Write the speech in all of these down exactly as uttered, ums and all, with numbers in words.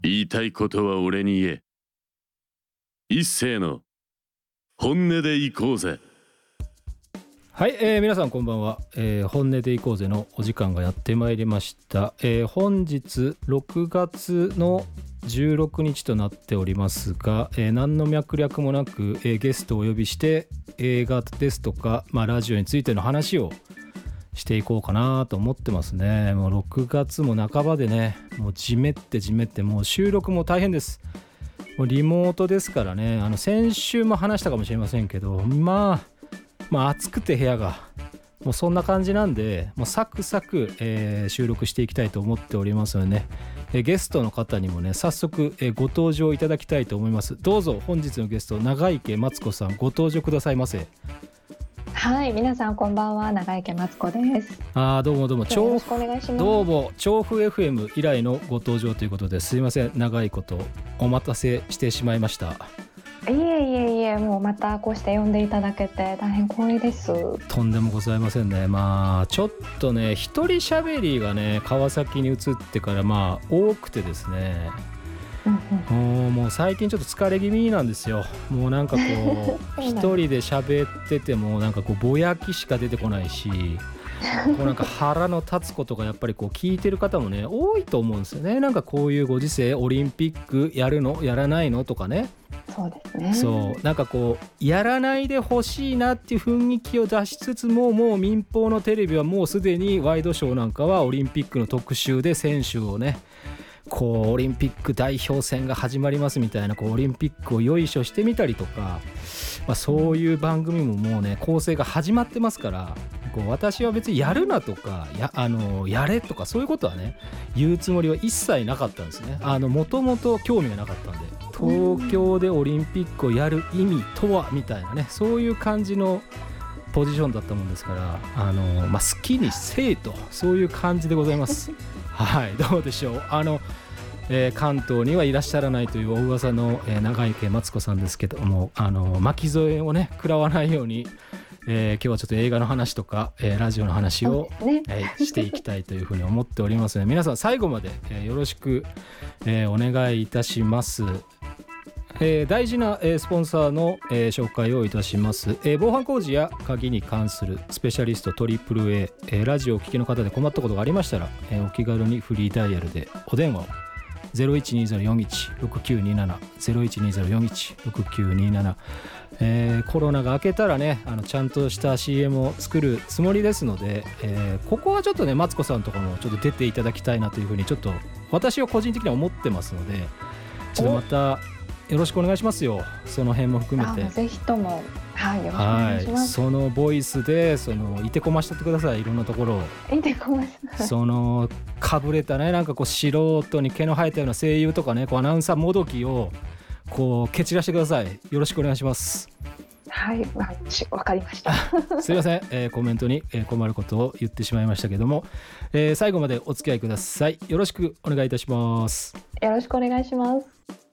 言いたいことは俺に言え。一斉の本音でいこうぜ。 はい、えー、皆さんこんばんは、えー、本音でいこうぜのお時間がやってまいりました、えー、本日ろくがつのじゅうろくにちとなっておりますが、えー、何の脈略もなく、えー、ゲストをお呼びして映画ですとか、まあ、ラジオについての話をしていこうかなと思ってますね。もうろくがつも半ばでね、もうじめってじめってもう収録も大変です。もうリモートですからね、あの先週も話したかもしれませんけど、まあまあ暑くて部屋がもうそんな感じなんで、もうサクサク、えー、収録していきたいと思っておりますのでね、えー、ゲストの方にもね早速、えー、ご登場いただきたいと思います。どうぞ本日のゲスト長池マツ子さんご登場くださいませ。 はい、皆さんこんばんは、長池マツ子です。 あーどうもどうも、 よろしくお願いします。 どうも調布 エフエム 以来のご登場ということで、すいません長いことお待たせしてしまいました。 いえいえいえ、もうまたこうして呼んでいただけて大変光栄です。 とんでもございませんね。まあちょっとね一人喋りがね川崎に移ってからまあ多くてですね、うんうん、もう、もう最近ちょっと疲れ気味なんですよ。もうなんかこう一人で喋っててもなんかこうぼやきしか出てこないしこうなんか腹の立つことがやっぱりこう聞いてる方もね多いと思うんですよね。なんかこういうご時世オリンピックやるのやらないのとかね。 そうですね。 そうなんかこうやらないでほしいなっていう雰囲気を出しつつも、もう民放のテレビはもうすでにワイドショーなんかはオリンピックの特集で選手をねこうオリンピック代表戦が始まりますみたいなこうオリンピックをよいしょしてみたりとか、まあ、そういう番組ももうね構成が始まってますから、こう私は別にやるなとか や, あのやれとかそういうことはね言うつもりは一切なかったんですね。あのもともと興味がなかったんで、東京でオリンピックをやる意味とはみたいなね、そういう感じのポジションだったもんですから、あの、まあ、好きにせえとそういう感じでございますはい、どうでしょう。あの、えー、関東にはいらっしゃらないというお噂の、えー、長池マツ子さんですけども、あの巻き添えをね食らわないように、えー、今日はちょっと映画の話とか、えー、ラジオの話を、ねえー、していきたいというふうに思っておりますので皆さん最後まで、えー、よろしく、えー、お願いいたします。えー、大事な、えー、スポンサーの、えー、紹介をいたします、えー、防犯工事や鍵に関するスペシャリスト トリプルエー、えー、ラジオをお聞きの方で困ったことがありましたら、えー、お気軽にフリーダイヤルでお電話を ゼロいちにゼロよんいちろくきゅうになな ゼロいちにゼロよんいちろくきゅうになな、えー、コロナが明けたらねあのちゃんとした シーエム を作るつもりですので、えー、ここはちょっとねマツコさんとかもちょっと出ていただきたいなというふうにちょっと私は個人的には思ってますので、ちょっとまたよろしくお願いしますよ。その辺も含めてぜひとも、はい、よろしくお願いします。 そのボイスでそのいてこましてってください。いろんなところをいてこましそのかぶれたねなんかこう素人に毛の生えたような声優とかねこうアナウンサーもどきをこう蹴散らしてください。よろしくお願いします。 はい、わかりましたすいません、えー、コメントに、えー、困ることを言ってしまいましたけども、えー、最後までお付き合いください。よろしくお願いいたします。 よろしくお願いします。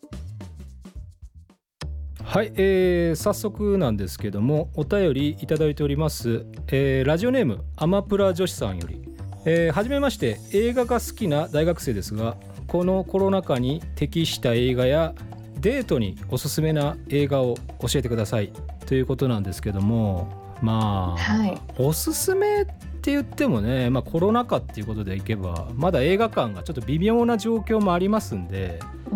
はい、えー、早速なんですけどもお便りいただいております、えー、ラジオネームアマプラ女子さんより、えー、はじめまして、映画が好きな大学生ですが、このコロナ禍に適した映画やデートにおすすめな映画を教えてくださいということなんですけども、まあ、はい、おすすめって言ってもね、まあ、コロナ禍っていうことでいけばまだ映画館がちょっと微妙な状況もありますんで、うん、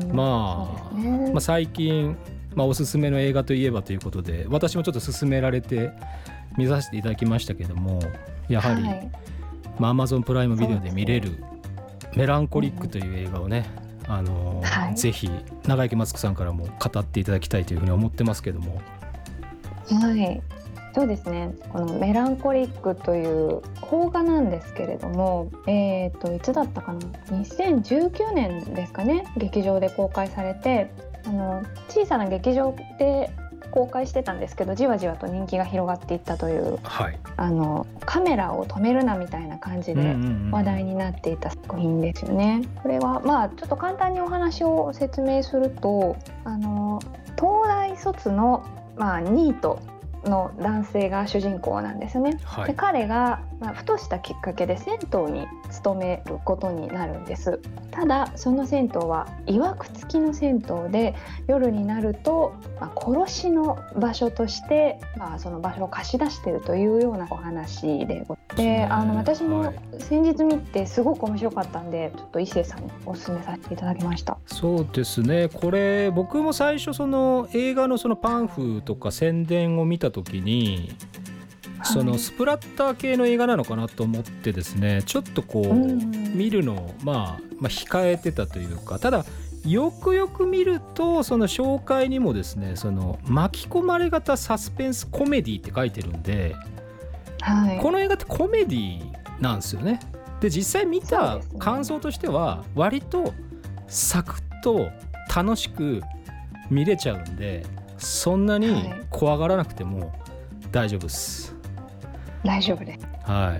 まあ、ね、まあ最近まあ、おすすめの映画といえばということで私もちょっと勧められて見させていただきましたけども、やはり、はい、まあ、Amazon プライムビデオで見れるメランコリックという映画をね、あのーはい、ぜひ長池マツ子さんからも語っていただきたいというふうに思ってますけども。 はい、そうですね、このメランコリックという邦画なんですけれども、えーといつだったかな、にせんじゅうきゅうねんですかね、劇場で公開されて、あの小さな劇場で公開してたんですけど、じわじわと人気が広がっていったという、はい、あのカメラを止めるなみたいな感じで話題になっていた作品ですよね。これはまあちょっと簡単にお話を説明すると、あの東大卒の、まあ、ニートの男性が主人公なんですよね、 はい、 で彼が、まあ、ふとしたきっかけで銭湯に勤めることになるんです。ただその銭湯は曰く付きの銭湯で、夜になると、まあ、殺しの場所として、まあ、その場所を貸し出しているというようなお話で、であの私も先日見てすごく面白かったんで、ちょっと伊勢さんにお勧めさせていただきました。 そうですね、これ僕も最初その映画のそのパンフとか宣伝を見た時に、そのスプラッター系の映画なのかなと思ってですね、ちょっとこう見るのをまあまあ控えてたというか、ただよくよく見るとその紹介にもですね、その巻き込まれ型サスペンスコメディって書いてるんで、 はい、 この映画ってコメディなんですよね。で実際見た感想としては割とサクッと楽しく見れちゃうんで、そんなに怖がらなくても大丈夫です。 大丈夫です。 はい。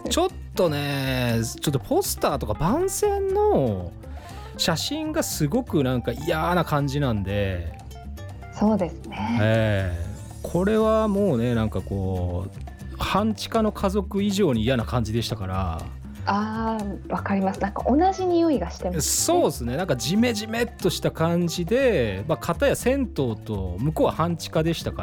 ちょっとね、ちょっとポスターとか番宣の写真がすごくなんか嫌な感じなんで。 そうですね。 えー、これはもうね、なんかこう半地下の家族以上に嫌な感じでしたから。 あー、わかります。なんか同じ匂いがしてます、ね、 そうですね。なんかジメジメっとした感じで、まあ、片や銭湯と向こうは半地下でしたから、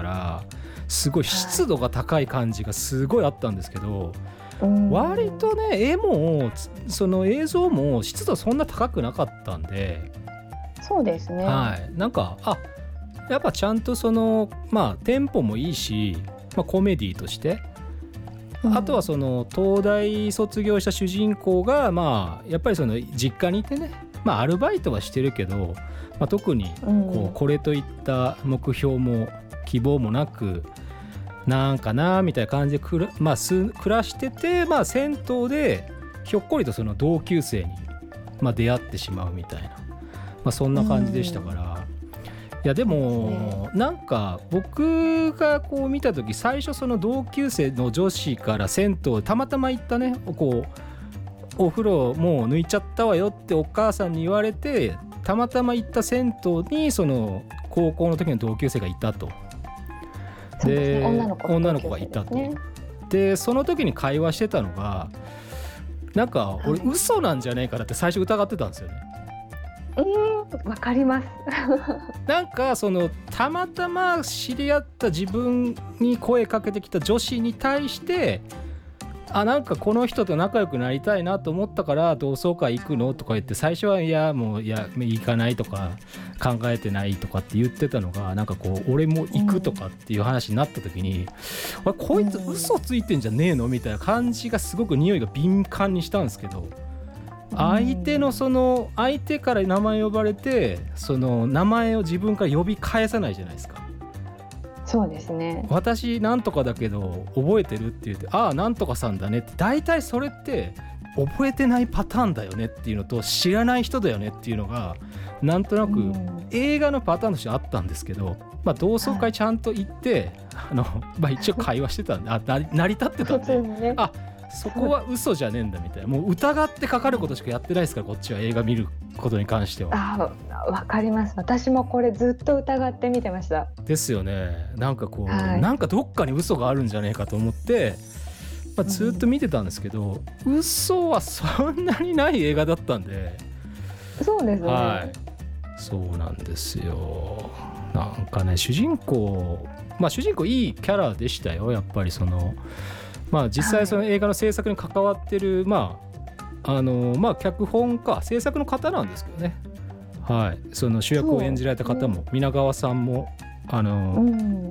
すごい湿度が高い感じがすごいあったんですけど、はい、割とね絵もその映像も湿度そんな高くなかったんで。 そうですね。 はい。なんかあやっぱちゃんとそのまあテンポもいいし、まあ、コメディとして。あとはその東大卒業した主人公がまあやっぱりその実家にいてね、まあアルバイトはしてるけど、まあ、特にこうこれといった目標も希望もなく、なんかなみたいな感じでくら、まあ、暮らしてて、まあ銭湯でひょっこりとその同級生にまあ出会ってしまうみたいな、まあそんな感じでしたから。いやでもなんか僕がこう見た時、最初その同級生の女子から銭湯たまたま行ったね、こうお風呂もう抜いちゃったわよってお母さんに言われて、たまたま行った銭湯にその高校の時の同級生がいたと。で、ね、女の子、女の子がいたと。でその時に会話してたのが、なんか俺嘘なんじゃねえかなって最初疑ってたんですよね。 えー、わかりますなんかそのたまたま知り合った自分に声かけてきた女子に対して、あなんかこの人と仲良くなりたいなと思ったから同窓会行くのとか言って、最初はいやもういや行かないとか考えてないとかって言ってたのが、なんかこう俺も行くとかっていう話になった時に、うん、こいつ嘘ついてんじゃねえのみたいな感じがすごく匂いが敏感にしたんですけど、相手のその相手から名前呼ばれて、その名前を自分から呼び返さないじゃないですか。 そうですね。 私なんとかだけど覚えてるって言って、ああなんとかさんだねって、大体それって覚えてないパターンだよねっていうのと、知らない人だよねっていうのがなんとなく映画のパターンとしてあったんですけど、まあ、同窓会ちゃんと行って、はい、あのまあ、一応会話してたんで、あ成り立ってたんで、ね、あそこは嘘じゃねえんだみたいな、もう疑ってかかることしかやってないですから、こっちは映画見ることに関しては。あ、 わかります。私もこれずっと疑って見てました。 ですよね。なんかこう、 はい、 なんかどっかに嘘があるんじゃねえかと思って、まあ、ずっと見てたんですけど、うん、嘘はそんなにない映画だったんで。 そうですね、 はい、そうなんですよ。なんかね主人公まあ主人公いいキャラでしたよ、やっぱり。そのまあ実際その映画の制作に関わってる、はい、まああのまあ脚本家制作の方なんですけどね、はい、その主役を演じられた方も、ね、皆川さんもあの、うん、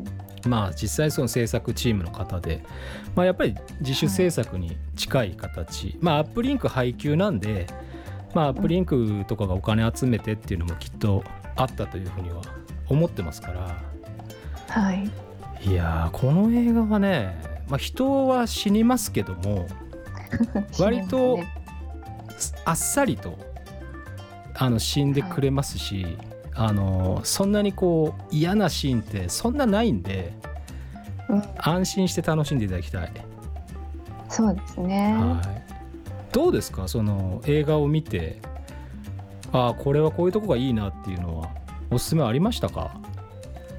まあ実際その制作チームの方で、まあ、やっぱり自主制作に近い形、はい、まあアップリンク配給なんで、まあ、アップリンクとかがお金集めてっていうのもきっとあったというふうには思ってますから、 はい、 いやこの映画はね、まあ、人は死にますけども割とあっさりとあの死んでくれますし、はい、あのそんなにこう嫌なシーンってそんなないんで、うん、安心して楽しんでいただきたい。 そうですね、 はい、どうですかその映画を見て、ああこれはこういうとこがいいなっていうのはおすすめありましたか？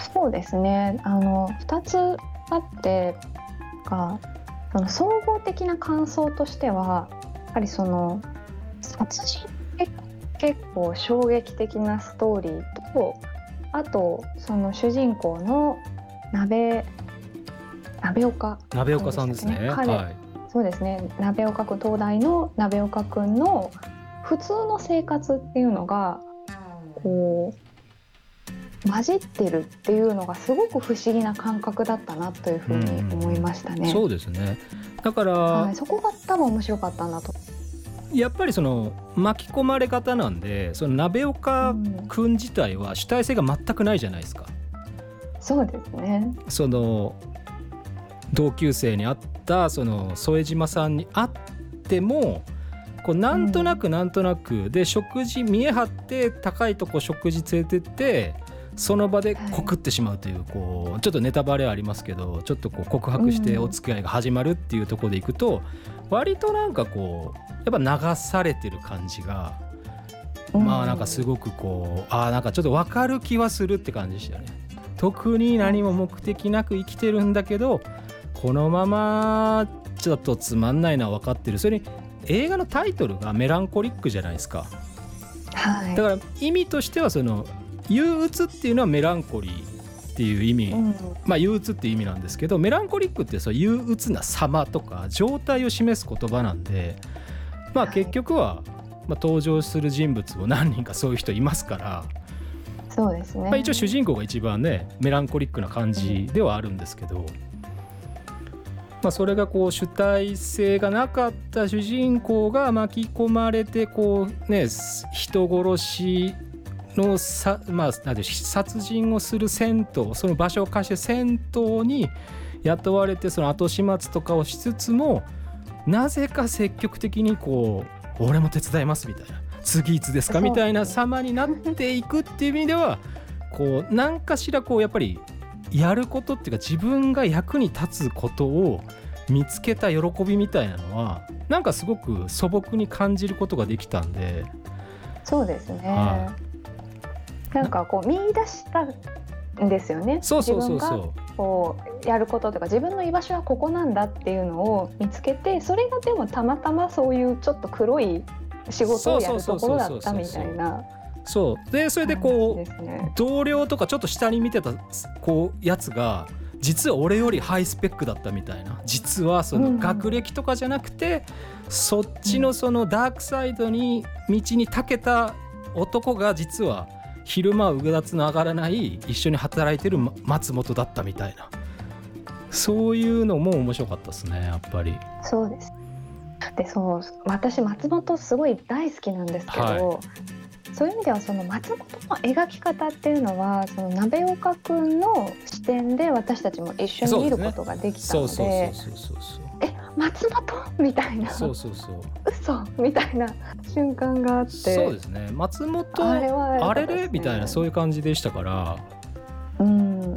そうですね、あのふたつあってか、その総合的な感想としてはやはりその殺人って結構衝撃的なストーリーと、あとその主人公の鍋鍋岡鍋岡さんですね。 彼、 はい、 そうですね、鍋岡くん、東大の鍋岡くんの普通の生活っていうのがこう混じってるっていうのがすごく不思議な感覚だったなというふうに思いましたね。 そうですね。だから、 はい、そこが多分面白かったなと。 やっぱりその巻き込まれ方なんで、その鍋岡くん自体は主体性が全くないじゃないですか。 そうですね。 その同級生に会ったその副島さんに会ってもこうなんとなくなんとなくで、食事見え張って高いとこ食事連れてってその場で告ってしまうという、こうちょっとネタバレありますけど、ちょっとこう告白してお付き合いが始まるっていうところでいくと、割となんかこうやっぱ流されてる感じが、まあなんかすごくこう、ああなんかちょっと分かる気はするって感じでしたよね。特に何も目的なく生きてるんだけど、このままちょっとつまんないのは分かってる。それに映画のタイトルがメランコリックじゃないですか。 はい、 だから意味としてはその憂鬱っていうのはメランコリーっていう意味、うん、まあ憂鬱っていう意味なんですけど、メランコリックってそう憂鬱な様とか状態を示す言葉なんで、まあ結局は、はい、まあ、登場する人物も何人かそういう人いますから、 そうですね、 まあ、一応主人公が一番ねメランコリックな感じではあるんですけど、うん、まあ、それがこう主体性がなかった主人公が巻き込まれてこうね、人殺しのさ、まあ、なんて殺人をする銭湯、その場所を貸して銭湯に雇われてその後始末とかをしつつも、なぜか積極的にこう俺も手伝いますみたいな、次いつですかみたいな様になっていくっていう意味では、こう何かしらこうやっぱりやることっていうか自分が役に立つことを見つけた喜びみたいなのはなんかすごく素朴に感じることができたんで。 そうですね、はあ、なんかこう見出したんですよね。 そうそうそうそう、 自分がこうやることとか自分の居場所はここなんだっていうのを見つけて、それがでもたまたまそういうちょっと黒い仕事をやるところだったみたいな。 そうで、それでこう、ね、同僚とかちょっと下に見てたこうやつが実は俺よりハイスペックだったみたいな、実はその学歴とかじゃなくて、うん、そっちのそのダークサイドに道に長けた男が実は昼間はうだつの上がらない一緒に働いてる松本だったみたいな、そういうのも面白かったですね、やっぱり。 そうです。で、そう私松本すごい大好きなんですけど、はい、そういう意味ではその松本の描き方っていうのはその鍋岡くんの視点で私たちも一緒に見ることができたので、え松本みたいな、そうそうそう嘘みたいな瞬間があって、 そうですね、松本あれは、ね、あれれみたいなそういう感じでしたから、うん、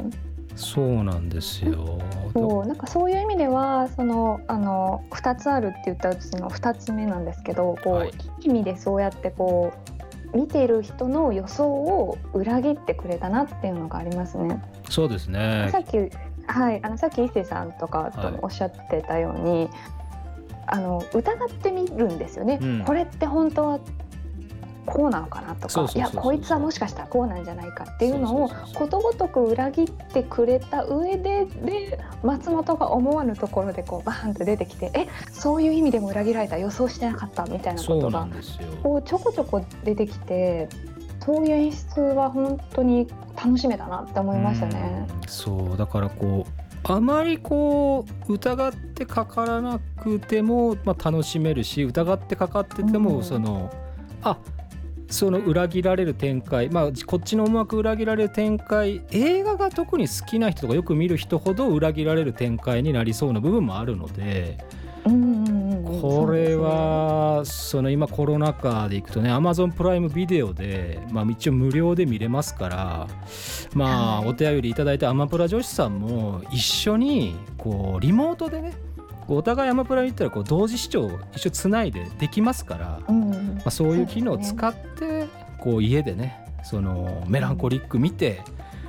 そうなんですよ。 そうなんかそういう意味ではそのあのふたつあるって言ったうちのふたつめなんですけど、こう、はい、いい意味でそうやってこう見ている人の予想を裏切ってくれたなっていうのがありますね。 そうですね。 さっき、はい、あのさっき伊勢さんとかとおっしゃってたように、はい、あの疑ってみるんですよね、うん、これって本当はこうなのかなとか、いやこいつはもしかしたらこうなんじゃないかっていうのをことごとく裏切ってくれた上で、で松本が思わぬところでこうバーンと出てきて、えそういう意味でも裏切られた、予想してなかったみたいなことがこうちょこちょこ出てきて、そういう演出は本当に楽しめたなって思いましたね。 うん、そうだからこうあまりこう疑ってかからなくても、まあ、楽しめるし、疑ってかかってても、うん、そのあその裏切られる展開、まあ、こっちの思惑裏切られる展開、映画が特に好きな人とかよく見る人ほど裏切られる展開になりそうな部分もあるので、うんうんうん、これは そ, その今コロナ禍でいくとね Amazon プライムビデオで、まあ、一応無料で見れますから、まあ、お手りいただいたアマプラ女子さんも一緒にこうリモートでね、お互いアマプラに行ったらこう同時視聴一緒つないでできますから、うんまあ、そういう機能を使ってこう家でねそのメランコリック見て、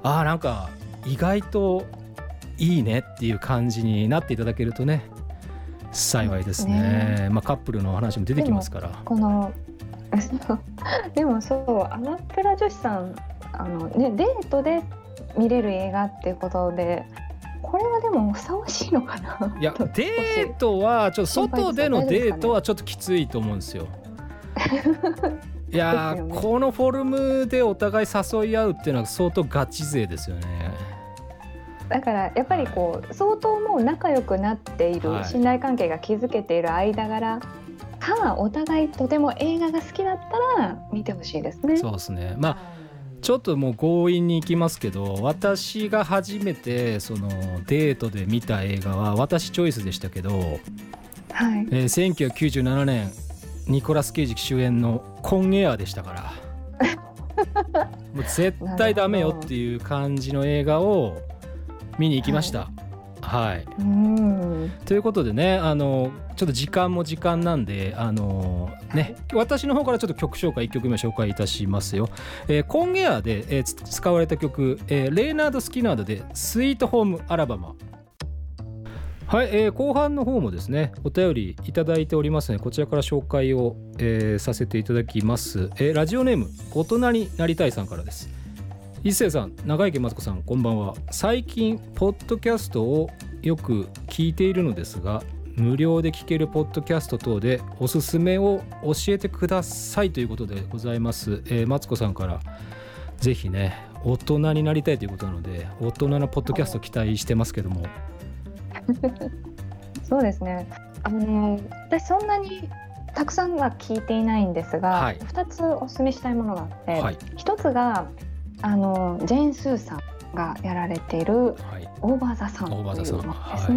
ああなんか意外といいねっていう感じになっていただけるとね幸いですね。ねまあカップルの話も出てきますから。 このでもそうアマプラ女子さんあの、ね、デートで見れる映画っていうことでこれはでもふさわしいのかな。 いやデートはちょっと外でのデートはちょっときついと思うんですよ。いや、ね、このフォルムでお互い誘い合うっていうのは相当ガチ勢ですよね。 だからやっぱりこう相当もう仲良くなっている、はい、信頼関係が築けている間柄かお互いとても映画が好きだったら見てほしいですね。 そうですね。まあちょっともう強引に行きますけど私が初めてそのデートで見た映画は私チョイスでしたけど、はいえー、せんきゅうひゃくきゅうじゅうななねんニコラス・ケイジ主演のコンエアでしたからもう絶対ダメよっていう感じの映画を見に行きました。はい、うんということでねあのちょっと時間も時間なんであの、ね、私の方からちょっと曲紹介いっきょくめ紹介いたしますよ。えー、コンエアで、えー、使われた曲、えー、レーナード・スキナードでスイートホームアラバマ。はい、えー、後半の方もですねお便りいただいておりますのでこちらから紹介を、えー、させていただきます。えー、ラジオネーム大人になりたいさんからです。一星さん長池マツコさんこんばんは。最近ポッドキャストをよく聞いているのですが無料で聞けるポッドキャスト等でおすすめを教えてくださいということでございます。えー、マツコさんからぜひね大人になりたいということなので大人のポッドキャスト期待してますけどもそうですねあの私そんなにたくさんは聞いていないんですが、はい、ふたつおすすめしたいものがあって、はい、ひとつがあのジェーン・スーさんがやられている、はい、オーバー・ザ・サンというのですね、はい、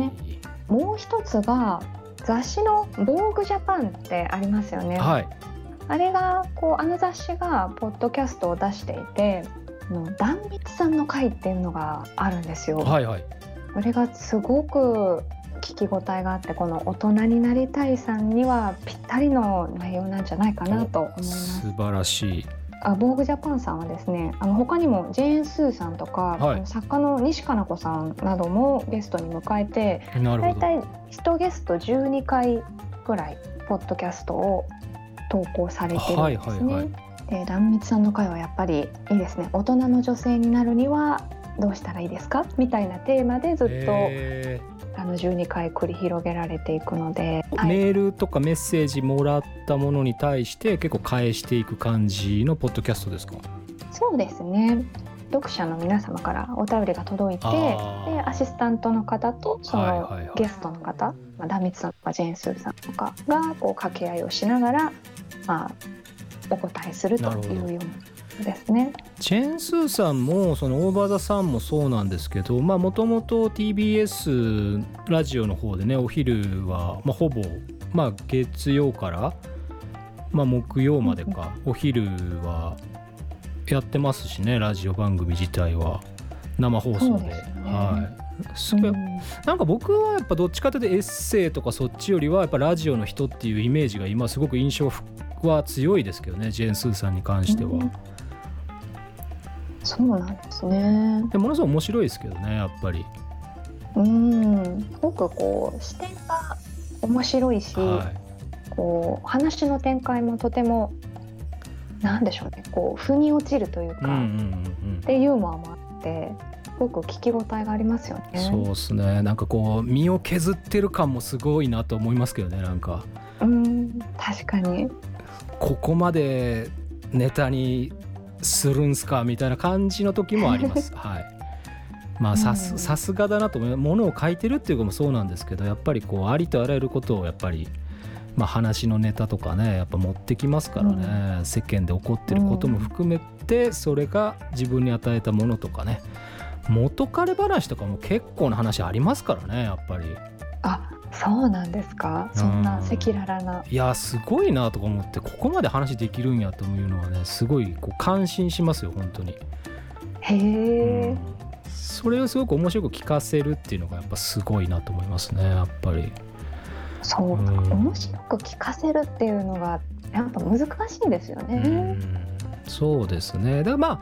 もう一つが雑誌のボーグ・ジャパンってありますよね、はい、あれがこうあの雑誌がポッドキャストを出していて壇蜜さんの会っていうのがあるんですよ、はいはい、これがすごく聞き応えがあってこの大人になりたいさんにはぴったりの内容なんじゃないかなと思います。 素晴らしい。 あボーグジャパンさんはですねあの他にもジェーン・スーさんとか、はい、作家の西加奈子さんなどもゲストに迎えてだいたいいちゲストじゅうにかいくらいポッドキャストを投稿されてるんですね、はいはいはい、で壇蜜さんの会はやっぱりいいですね。大人の女性になるにはどうしたらいいですかみたいなテーマでずっとあのじゅうにかい繰り広げられていくので、 はい、メールとかメッセージもらったものに対して結構返していく感じのポッドキャストですか？ そうですね。読者の皆様からお便りが届いてでアシスタントの方とそのゲストの方、はいはいはいまあ、壇蜜さんとかジェーン・スーさんとかがこう掛け合いをしながら、まあ、お答えするというようなですね。 チェンスーさんもそのオーバーザさんもそうなんですけどもともと ティービーエス ラジオの方でねお昼は、まあ、ほぼ、まあ、月曜から、まあ、木曜までか、うん、お昼はやってますしねラジオ番組自体は生放送 で, で、ねはいすごい、うん、なんか僕はやっぱどっちかというとエッセイとかそっちよりはやっぱラジオの人っていうイメージが今すごく印象は強いですけどねジェーン・スーさんに関しては、うんそうなんですね。 でものすごい面白いですけどねやっぱり。 うんすごくこう視点が面白いし、はい、こう話の展開もとてもなんでしょうねこう腑に落ちるというか、うんうんうん、でユーモアもあってすごく聞き応えがありますよね。 そうですねなんかこう身を削ってる感もすごいなと思いますけどねなんかうん確かにここまでネタにするんすかみたいな感じの時もあります、はいまあ、さす、さすがだなと思います。ものを書いてるっていうのもそうなんですけどやっぱりこうありとあらゆることをやっぱり、まあ、話のネタとかねやっぱ持ってきますからね、うん、世間で起こってることも含めてそれが自分に与えたものとかね元彼話とかも結構な話ありますからねやっぱり。 あそうなんですか。そんな赤裸々な、 うん、いやすごいなとか思ってここまで話できるんやというのはねすごいこう感心しますよ本当に。 へえ、うん、 それをすごく面白く聞かせるっていうのがやっぱすごいなと思いますねやっぱり。 そう、うん、面白く聞かせるっていうのがやっぱ難しいですよね。 うんそうですね。だからまあ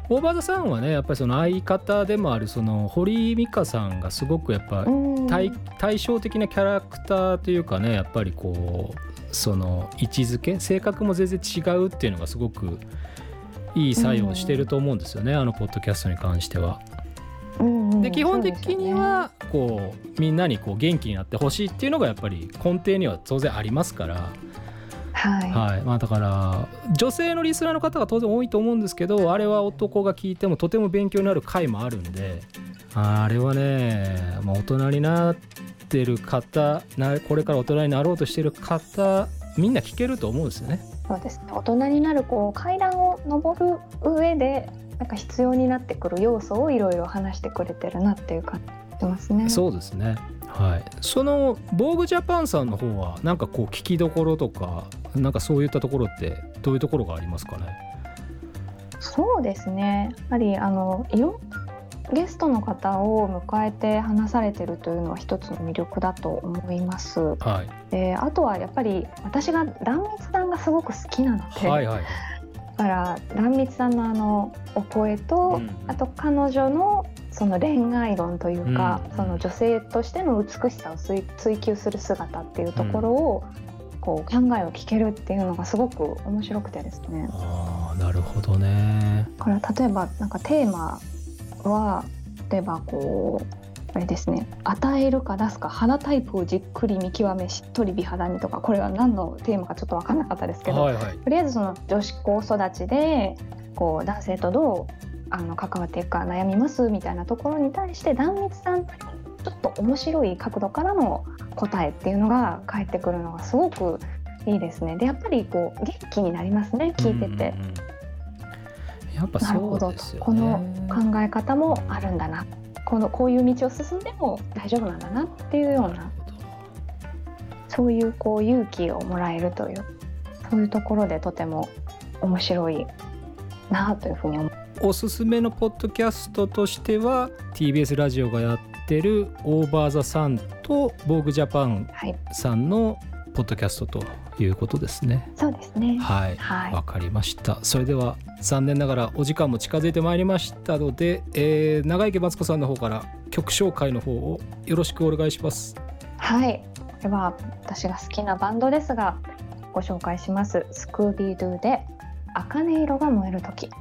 オーバーザさんはねやっぱりその相方でもあるその堀井美香さんがすごくやっぱ対、対照的なキャラクターというかね、やっぱりこうその位置づけ性格も全然違うっていうのがすごくいい作用してると思うんですよね、あのポッドキャストに関しては。で基本的にはこうみんなにこう元気になってほしいっていうのがやっぱり根底には当然ありますから、 はいはいまあ、だから女性のリスナーの方が当然多いと思うんですけど、あれは男が聞いてもとても勉強になる回もあるんで、あれはね、まあ、大人になってる方なこれから大人になろうとしてる方みんな聞けると思うんですよね。 そうですね、大人になるこう階段を上る上でなんか必要になってくる要素をいろいろ話してくれてるなっていう感じしますね。 そうですね、はい、そのボーグジャパンさんの方はなんかこう聞きどころとかなんかそういったところってどういうところがありますかね。 そうですね、やっぱりあのいろんなゲストの方を迎えて話されてるというのは一つの魅力だと思います、 はい、 であとはやっぱり私が壇蜜さんがすごく好きなので、 はいはい、 だから壇蜜さんのあのお声と、うん、あと彼女のその恋愛論というか、うん、その女性としての美しさを追追求する姿っていうところを、うん、こう考えを聞けるっていうのがすごく面白くてですね。 あー、なるほどね。 これは例えばなんかテーマは例えばこうあれですね、与えるか出すか肌タイプをじっくり見極めしっとり美肌にとか、これは何のテーマかちょっと分かんなかったですけど、はいはい、とりあえずその女子高育ちでこう男性とどうあの関わっていくか悩みますみたいなところに対して壇蜜さんちょっと面白い角度からの答えっていうのが返ってくるのがすごくいいですね。でやっぱりこう元気になりますね、聞いてて、うんうんうん、 やっぱそうですよね。 この考え方もあるんだな、このこういう道を進んでも大丈夫なんだなっていうような、そういうこう勇気をもらえるという、そういうところでとても面白いなというふうに思います。 おすすめのポッドキャストとしては ティービーエス ラジオがやってるオーバーザさんとボーグジャパンさんのポッドキャストということですね。 そうですね、 はい、はい、わかりました。それでは残念ながらお時間も近づいてまいりましたので、えー、長池マツコさんの方から曲紹介の方をよろしくお願いします。 はい、では私が好きなバンドですがご紹介します。スクービードゥで茜色が燃える時。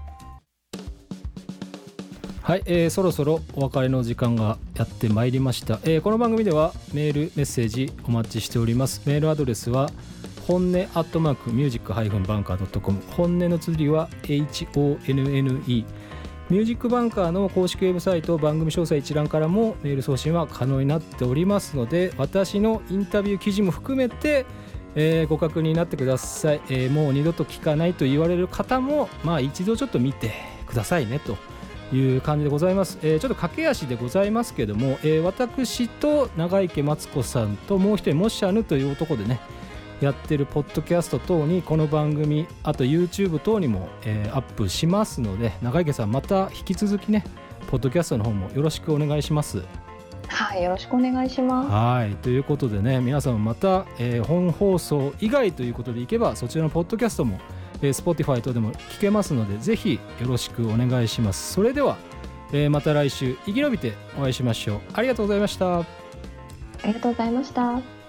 はい、えー、そろそろお別れの時間がやってまいりました、えー、この番組ではメールメッセージお待ちしております。メールアドレスは本音アットマークミュージックハイフンバンカードットコム、本音の綴りは エイチオーエヌエヌイー。 ミュージックバンカーの公式ウェブサイト番組詳細一覧からもメール送信は可能になっておりますので、私のインタビュー記事も含めて、えー、ご確認になってください、えー、もう二度と聞かないと言われる方もまあ一度ちょっと見てくださいねという感じでございます、えー、ちょっと駆け足でございますけども、えー、私と長池マツコさんともう一人モッシャヌという男でねやってるポッドキャスト等にこの番組あと YouTube 等にも、えー、アップしますので、長池さんまた引き続きねポッドキャストの方もよろしくお願いします。 はい、よろしくお願いします。 はいということでね、皆さんもまた、えー、本放送以外ということでいけばそちらのポッドキャストも、えー、Spotify 等でも聞けますのでぜひよろしくお願いします。それでは、えー、また来週生き延びてお会いしましょう。ありがとうございました。 ありがとうございました。